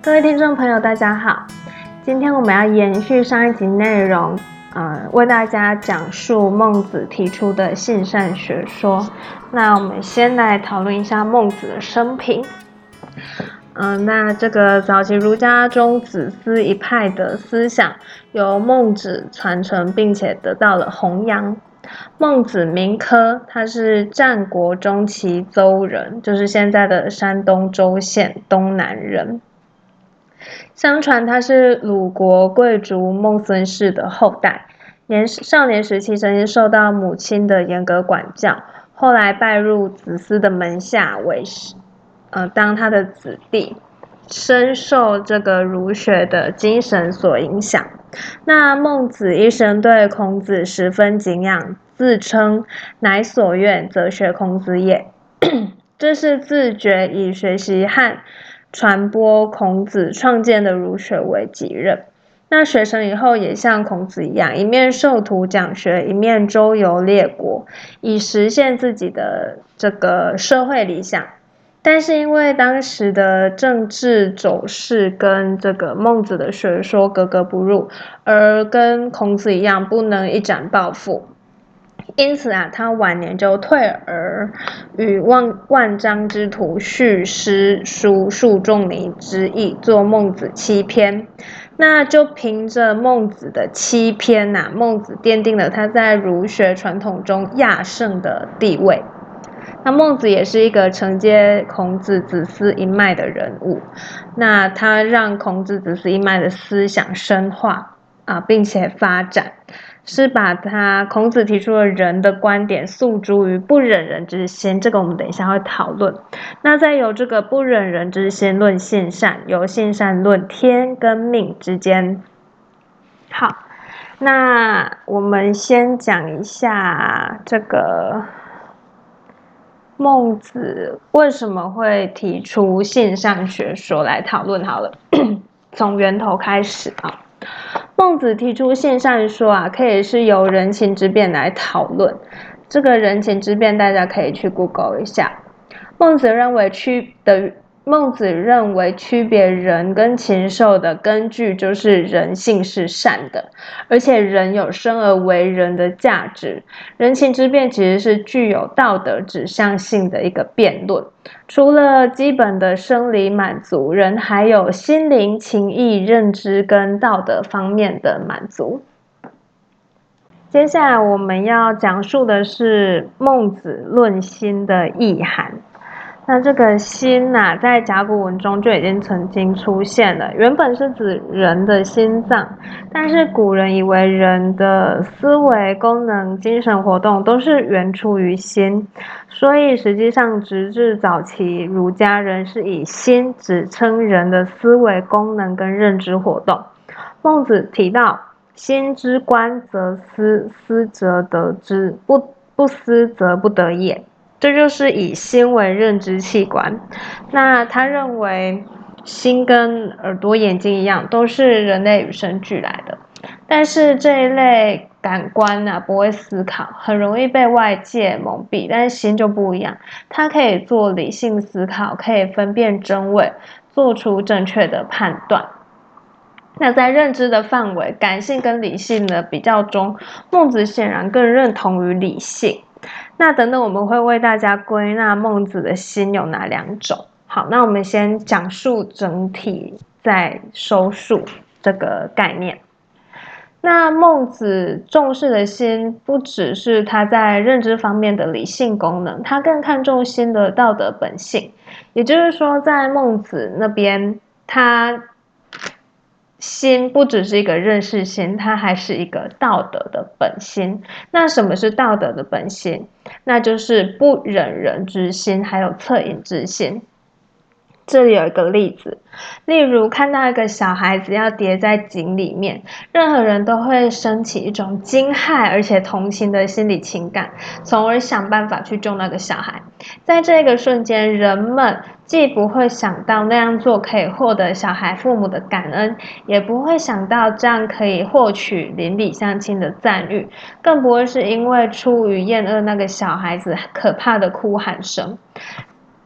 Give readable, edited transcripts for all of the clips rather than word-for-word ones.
各位听众朋友，大家好。今天我们要延续上一集内容，为大家讲述孟子提出的性善学说。那我们先来讨论一下孟子的生平。那这个早期儒家中子思一派的思想由孟子传承，并且得到了弘扬。孟子名轲，他是战国中期邹人，就是现在的山东周县东南人。相传他是鲁国贵族孟孙氏的后代，少年时期曾经受到母亲的严格管教，后来拜入子思的门下当他的子弟，深受这个儒学的精神所影响。那孟子一生对孔子十分敬仰，自称乃所愿则学孔子也。这是自觉以学习和传播孔子创建的儒学为己任。那学成以后也像孔子一样，一面授徒讲学，一面周游列国，以实现自己的这个社会理想。但是因为当时的政治走势跟这个孟子的学说格格不入，而跟孔子一样不能一展抱负，因此他晚年就退而与万章之徒续诗书数仲尼之意，作孟子七篇。那就凭着孟子的七篇孟子奠定了他在儒学传统中亚圣的地位。那孟子也是一个承接孔子子思一脉的人物，那他让孔子子思一脉的思想深化并且发展，是把孔子提出的人的观点诉诸于不忍人之心，这个我们等一下会讨论。那再由这个不忍人之心论性善，由性善论天跟命之间。好，那我们先讲一下这个孟子为什么会提出性善学说来讨论好了。从源头开始孟子提出性善说可以是由人情之辩来讨论。这个人情之辩大家可以去 Google 一下。孟子认为区别人跟禽兽的根据就是人性是善的，而且人有生而为人的价值。人情之辩其实是具有道德指向性的一个辩论。除了基本的生理满足，人还有心灵、情意、认知跟道德方面的满足。接下来我们要讲述的是孟子论心的意涵。那这个心在甲骨文中就已经曾经出现了，原本是指人的心脏，但是古人以为人的思维功能、精神活动都是源出于心，所以实际上直至早期儒家人是以心指称人的思维功能跟认知活动。孟子提到心之观则思，思则得之，不思则不得也。这就是以心为认知器官。那他认为心跟耳朵、眼睛一样，都是人类与生俱来的。但是这一类感官不会思考，很容易被外界蒙蔽。但是心就不一样，它可以做理性思考，可以分辨真伪，做出正确的判断。那在认知的范围，感性跟理性的比较中，孟子显然更认同于理性。那等等我们会为大家归纳孟子的心有哪两种。好，那我们先讲述整体，再收束这个概念。那孟子重视的心不只是他在认知方面的理性功能，他更看重心的道德本性。也就是说，在孟子那边，他心不只是一个认识心，它还是一个道德的本心。那什么是道德的本心？那就是不忍人之心，还有恻隐之心。这里有一个例子，例如看到一个小孩子要跌在井里面，任何人都会升起一种惊骇而且同情的心理情感，从而想办法去救那个小孩。在这个瞬间，人们既不会想到那样做可以获得小孩父母的感恩，也不会想到这样可以获取邻里乡亲的赞誉，更不会是因为出于厌恶那个小孩子可怕的哭喊声。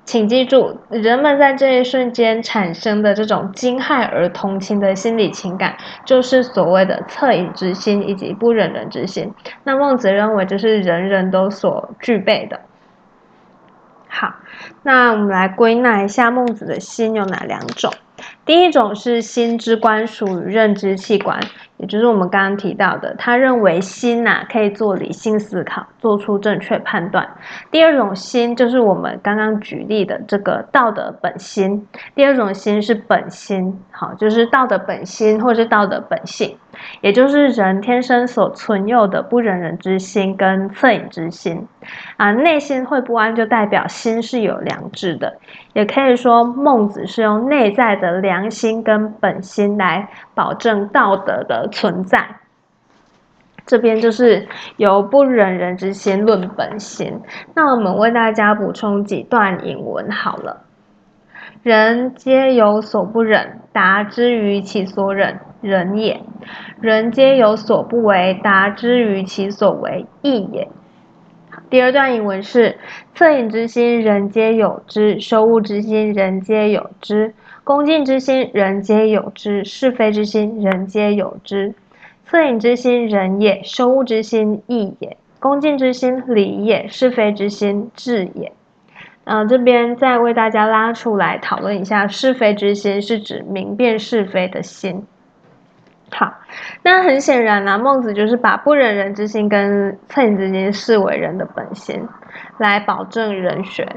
请记住，人们在这一瞬间产生的这种惊骇而同情的心理情感，就是所谓的恻隐之心以及不忍人之心。那孟子认为这是人人都所具备的。好，那我们来归纳一下孟子的心有哪两种。第一种是心之官属于认知器官，也就是我们刚刚提到的，他认为心可以做理性思考，做出正确判断。第二种心就是我们刚刚举例的这个道德本心。第二种心是本心，好，就是道德本心或是道德本性，也就是人天生所存有的不忍人之心跟恻隐之心。内心会不安就代表心是有良知的，也可以说孟子是用内在的良心跟本心来保证道德的存在。这边就是由不忍人之心论本心。那我们为大家补充几段引文好了。人皆有所不忍，达之于其所忍，仁也；人皆有所不为，达之于其所为，义也。第二段引文是：恻隐之心，人皆有之；羞恶之心，人皆有之；恭敬之心，人皆有之；是非之心，人皆有之。恻隐之心，仁也；羞恶之心，义也；恭敬之心，礼也；是非之心，智也。这边再为大家拉出来讨论一下，是非之心是指明辨是非的心。好，那很显然孟子就是把不忍人之心跟恻隐之心视为人的本心，来保证人学。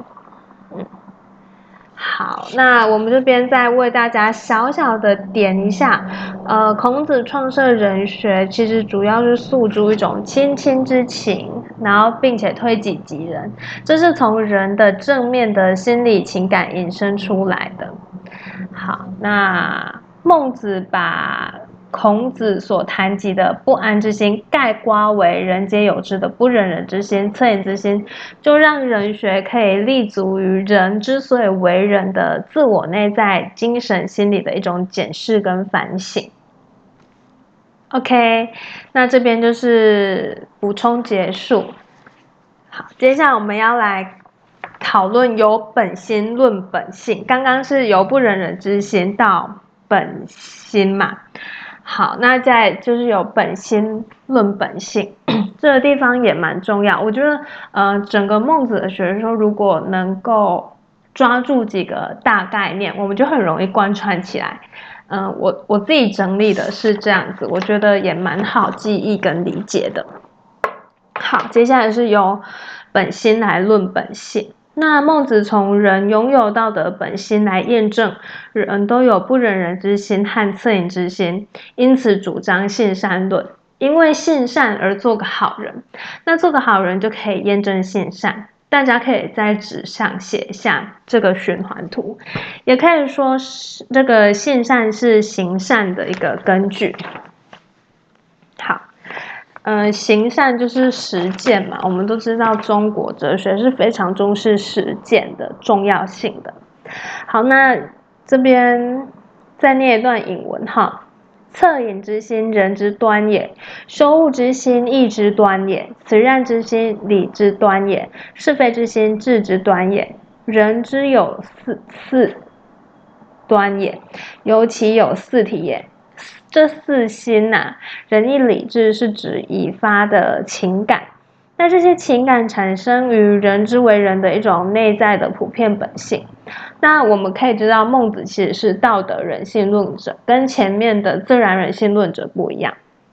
好，那我们这边再为大家小小的点一下，孔子创设人学，其实主要是诉诸一种亲亲之情，然后并且推己及人，这是从人的正面的心理情感引申出来的。好，那孟子把孔子所谈及的不安之心概括为人皆有之的不忍人之心、恻隐之心，就让人学可以立足于人之所以为人的自我内在精神心理的一种检视跟反省。OK， 那这边就是补充结束。好，接下来我们要来讨论由本心论本性。刚刚是由不忍人之心到本心嘛。好，那再就是由本心论本性，这个地方也蛮重要。我觉得，整个孟子的学说如果能够抓住几个大概念，我们就很容易贯穿起来。我自己整理的是这样子，我觉得也蛮好记忆跟理解的。好，接下来是由本心来论本性。那孟子从人拥有道德本心来验证人都有不忍人之心和恻隐之心，因此主张性善论。因为性善而做个好人，那做个好人就可以验证性善。大家可以在纸上写下这个循环图，也可以说是这个性善是行善的一个根据。好。行善就是实践嘛，我们都知道中国哲学是非常重视实践的重要性的。好，那这边再念一段引文哈：恻隐之心，人之端也；羞恶之心，义之端也；慈善之心，礼之端也；是非之心，智之端也。人之有四端也，尤其有四体也。这四心仁义礼智是指已发的情感，那这些情感产生于人之为人的一种内在的普遍本性。那我们可以知道，孟子其实是道德人性论者，跟前面的自然人性论者不一样。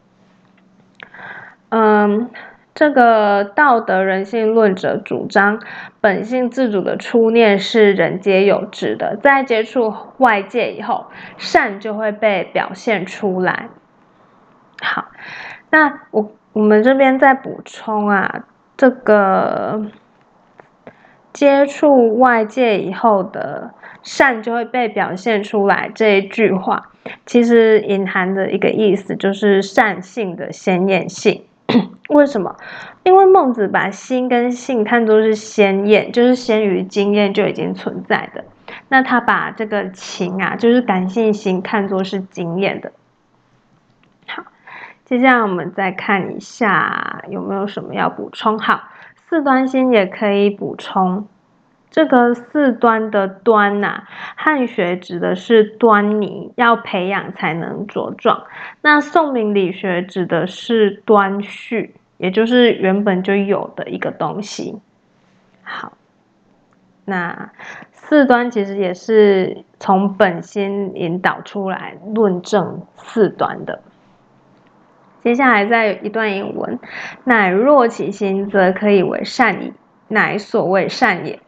这个道德人性论者主张本性自主的初念是人皆有之的，在接触外界以后，善就会被表现出来。好，那我们这边再补充这个接触外界以后的善就会被表现出来这一句话，其实隐含的一个意思就是善性的鲜艳性。为什么？因为孟子把心跟性看作是鲜艳，就是先于经验就已经存在的。那他把这个情就是感性心看作是经验的。好，接下来我们再看一下有没有什么要补充。好，四端心也可以补充。 这个四端的端汉学指的是端倪，要培养才能茁壮。那宋明理学指的是端绪，也就是原本就有的一个东西。好，那四端其实也是从本心引导出来论证四端的。接下来再有一段引文：乃若其心，则可以为善矣，乃所谓善也。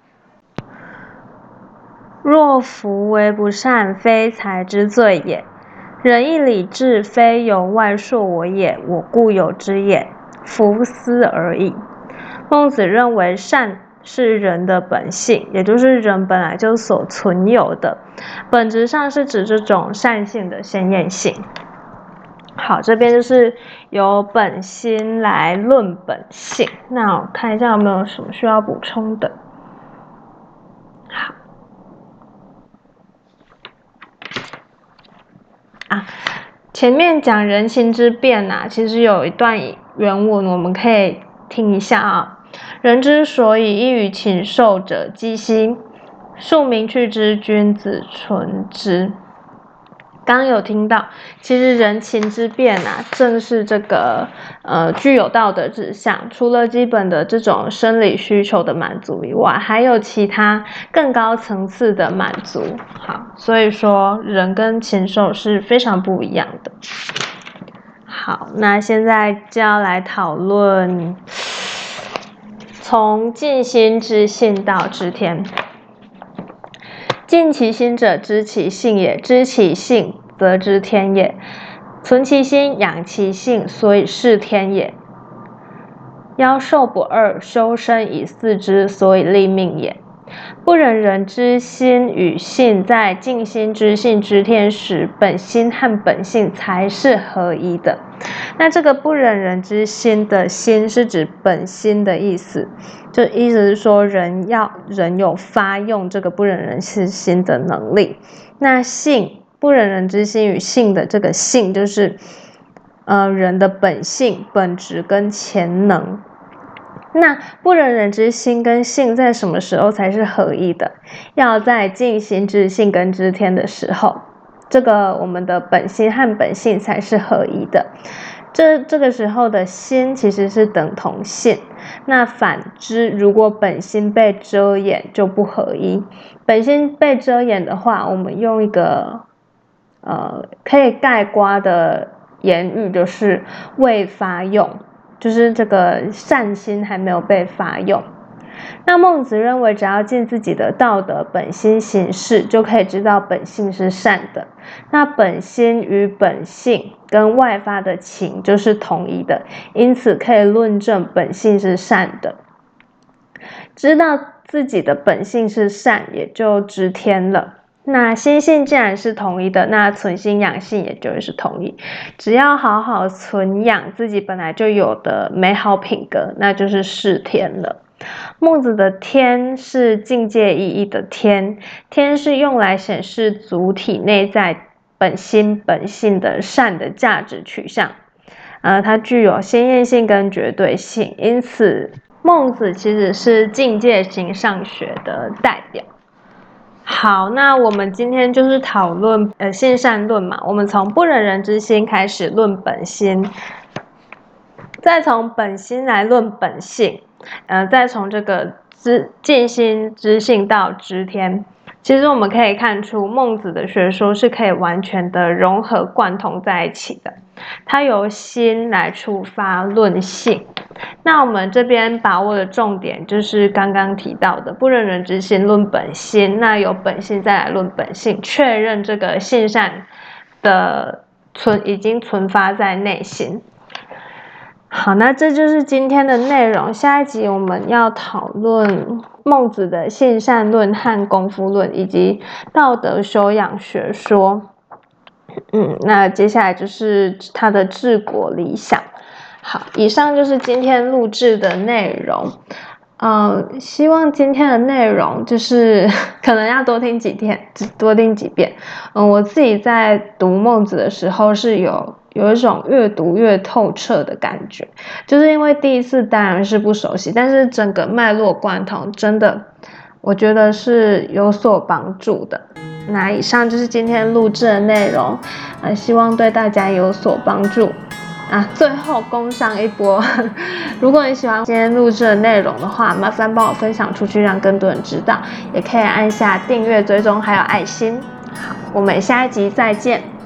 若夫为不善，非才之罪也。仁义礼智，非由外铄我也，我故有之也，夫斯而已。孟子认为善是人的本性，也就是人本来就所存有的，本质上是指这种善性的先验性。好，这边就是由本心来论本性。那我看一下有没有什么需要补充的。好。前面讲人情之变其实有一段原文我们可以听一下人之所以异于禽兽者，几希庶民去之，君子存之。刚刚有听到，其实人情之变正是这个具有道德指向。除了基本的这种生理需求的满足以外，还有其他更高层次的满足。好，所以说人跟禽兽是非常不一样的。好，那现在就要来讨论从尽心知性到知天。尽其心者，知其性也；知其性，则知天也。存其心，养其性，所以是天也。夭寿不二，修身以祀之，所以立命也。不忍人之心与性在尽心知性知天时，本心和本性才是合一的。那这个不忍人之心的心是指本心的意思，就意思是说人有发用这个不忍人之心的能力。那性不忍人之心与性的这个性就是人的本性、本质跟潜能。那不忍人之心跟性在什么时候才是合一的？要在尽心知性跟知天的时候，这个我们的本心和本性才是合一的。这个时候的心其实是等同性，那反之，如果本心被遮掩就不合一。本心被遮掩的话，我们用一个可以概括的言语，就是未发用。就是这个善心还没有被发用。那孟子认为，只要尽自己的道德本心行事，就可以知道本性是善的。那本心与本性跟外发的情就是同一的，因此可以论证本性是善的。知道自己的本性是善，也就知天了。那心性既然是同一的，那存心养性也就会是同一。只要好好存养自己本来就有的美好品格，那就是是天了。孟子的天是境界意义的天，天是用来显示主体内在本心本性的善的价值取向。它具有先验性跟绝对性，因此孟子其实是境界形上学的代表。好，那我们今天就是讨论性善论嘛，我们从不忍人之心开始论本心，再从本心来论本性，再从这个尽心知性到知天。其实我们可以看出，孟子的学说是可以完全的融合贯通在一起的。它由心来出发论性。那我们这边把握的重点就是刚刚提到的不忍人之心论本心，那由本性再来论本性，确认这个性善的已经存发在内心。好，那这就是今天的内容。下一集我们要讨论孟子的性善论和功夫论，以及道德修养学说。那接下来就是他的治国理想。好，以上就是今天录制的内容。希望今天的内容就是可能要多听几遍。我自己在读孟子的时候是有一种越读越透彻的感觉，就是因为第一次当然是不熟悉，但是整个脉络贯通，真的我觉得是有所帮助的。那以上就是今天录制的内容，希望对大家有所帮助。最后工商一波，如果你喜欢今天录制的内容的话，麻烦帮我分享出去，让更多人知道，也可以按下订阅、追踪还有爱心。好，我们下一集再见。